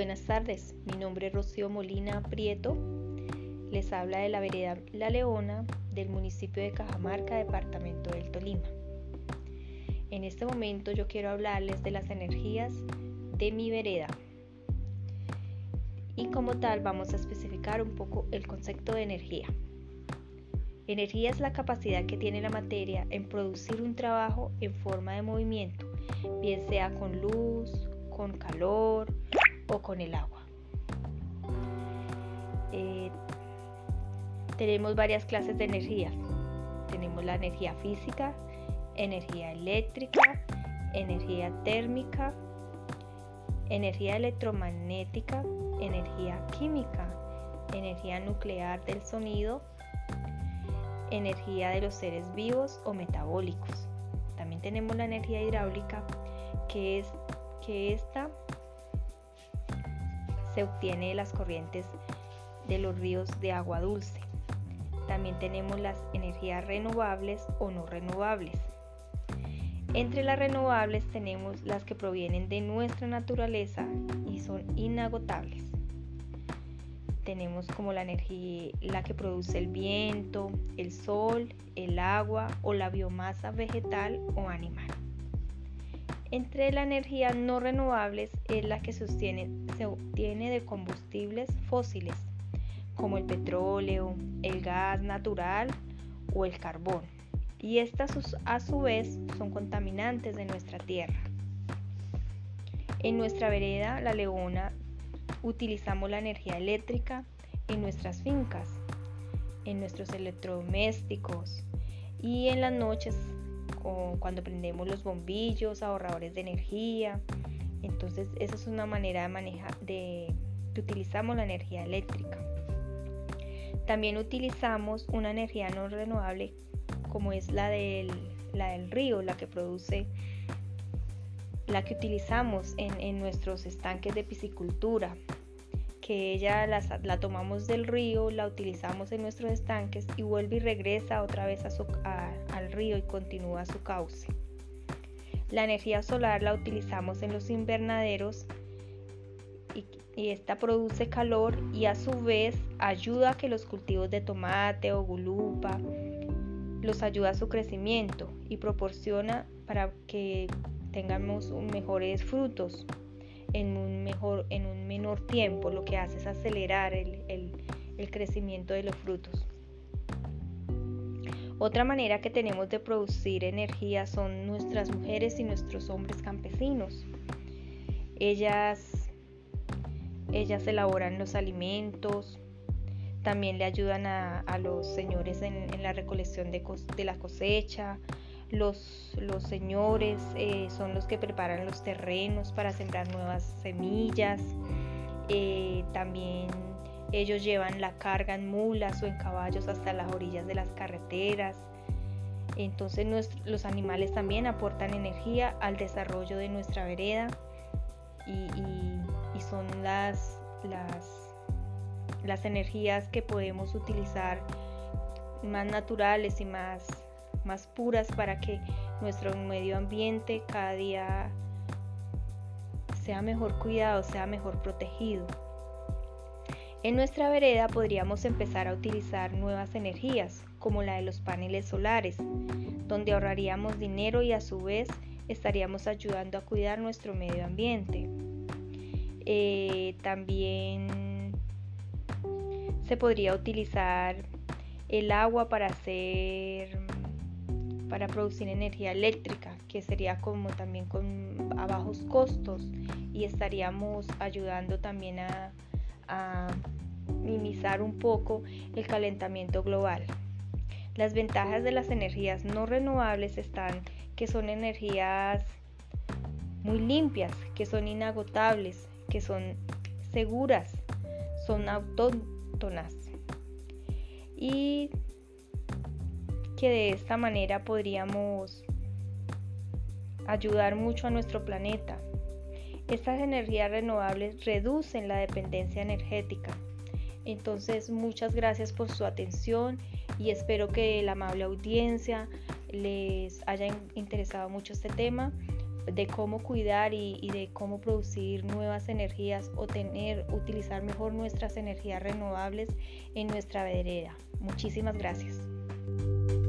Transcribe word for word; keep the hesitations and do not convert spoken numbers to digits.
buenas tardes. Mi nombre es Rocío Molina Prieto. Les habla de la vereda La Leona del municipio de Cajamarca, departamento del Tolima. En este momento yo quiero hablarles de las energías de mi vereda. Y como tal vamos a especificar un poco el concepto de energía. Energía es la capacidad que tiene la materia en producir un trabajo en forma de movimiento, bien sea con luz, con calor o con el agua. Eh, tenemos varias clases de energía. Tenemos la energía física, energía eléctrica, energía térmica, energía electromagnética, energía química, energía nuclear del sonido, energía de los seres vivos o metabólicos. También tenemos la energía hidráulica, que es que esta se obtiene de las corrientes de los ríos de agua dulce. También tenemos las energías renovables o no renovables. Entre las renovables tenemos las que provienen de nuestra naturaleza y son inagotables. Tenemos como la energía, la que produce el viento, el sol, el agua o la biomasa vegetal o animal. Entre la energía no renovables es la que se obtiene, se obtiene de combustibles fósiles, como el petróleo, el gas natural o el carbón, y estas a su vez son contaminantes de nuestra tierra. En nuestra vereda La Leona utilizamos la energía eléctrica en nuestras fincas, en nuestros electrodomésticos y en las noches cuando prendemos los bombillos, ahorradores de energía. Entonces esa es una manera de manejar, de que utilizamos la energía eléctrica. También utilizamos una energía no renovable como es la del, la del río, la que produce, la que utilizamos en, en nuestros estanques de piscicultura, que ella la, la tomamos del río, la utilizamos en nuestros estanques y vuelve y regresa otra vez a su, a, al río y continúa su cauce. La energía solar la utilizamos en los invernaderos y, y esta produce calor y a su vez ayuda a que los cultivos de tomate o gulupa los ayuda a su crecimiento y proporciona para que tengamos mejores frutos en un, mejor, en un menor tiempo. Lo que hace es acelerar el, el, el crecimiento de los frutos. Otra manera que tenemos de producir energía son nuestras mujeres y nuestros hombres campesinos. Ellas, ellas elaboran los alimentos, también le ayudan a, a los señores en, en la recolección de, cos, de la cosecha. Los, los señores eh, son los que preparan los terrenos para sembrar nuevas semillas. Eh, también ellos llevan la carga en mulas o en caballos hasta las orillas de las carreteras. Entonces nuestro, los animales también aportan energía al desarrollo de nuestra vereda y, y, y son las, las, las energías que podemos utilizar más naturales y más más puras para que nuestro medio ambiente cada día sea mejor cuidado, sea mejor protegido. En nuestra vereda podríamos empezar a utilizar nuevas energías, como la de los paneles solares, donde ahorraríamos dinero y a su vez estaríamos ayudando a cuidar nuestro medio ambiente. Eh, también se podría utilizar el agua para hacer para producir energía eléctrica, que sería como también con a bajos costos y estaríamos ayudando también a, a minimizar un poco el calentamiento global. Las ventajas de las energías no renovables están que son energías muy limpias, que son inagotables, que son seguras, son autóctonas y que de esta manera podríamos ayudar mucho a nuestro planeta. Estas energías renovables reducen la dependencia energética. Entonces, muchas gracias por su atención y espero que la amable audiencia les haya interesado mucho este tema. de cómo cuidar y, y de cómo producir nuevas energías o tener, utilizar mejor nuestras energías renovables en nuestra vereda. Muchísimas gracias.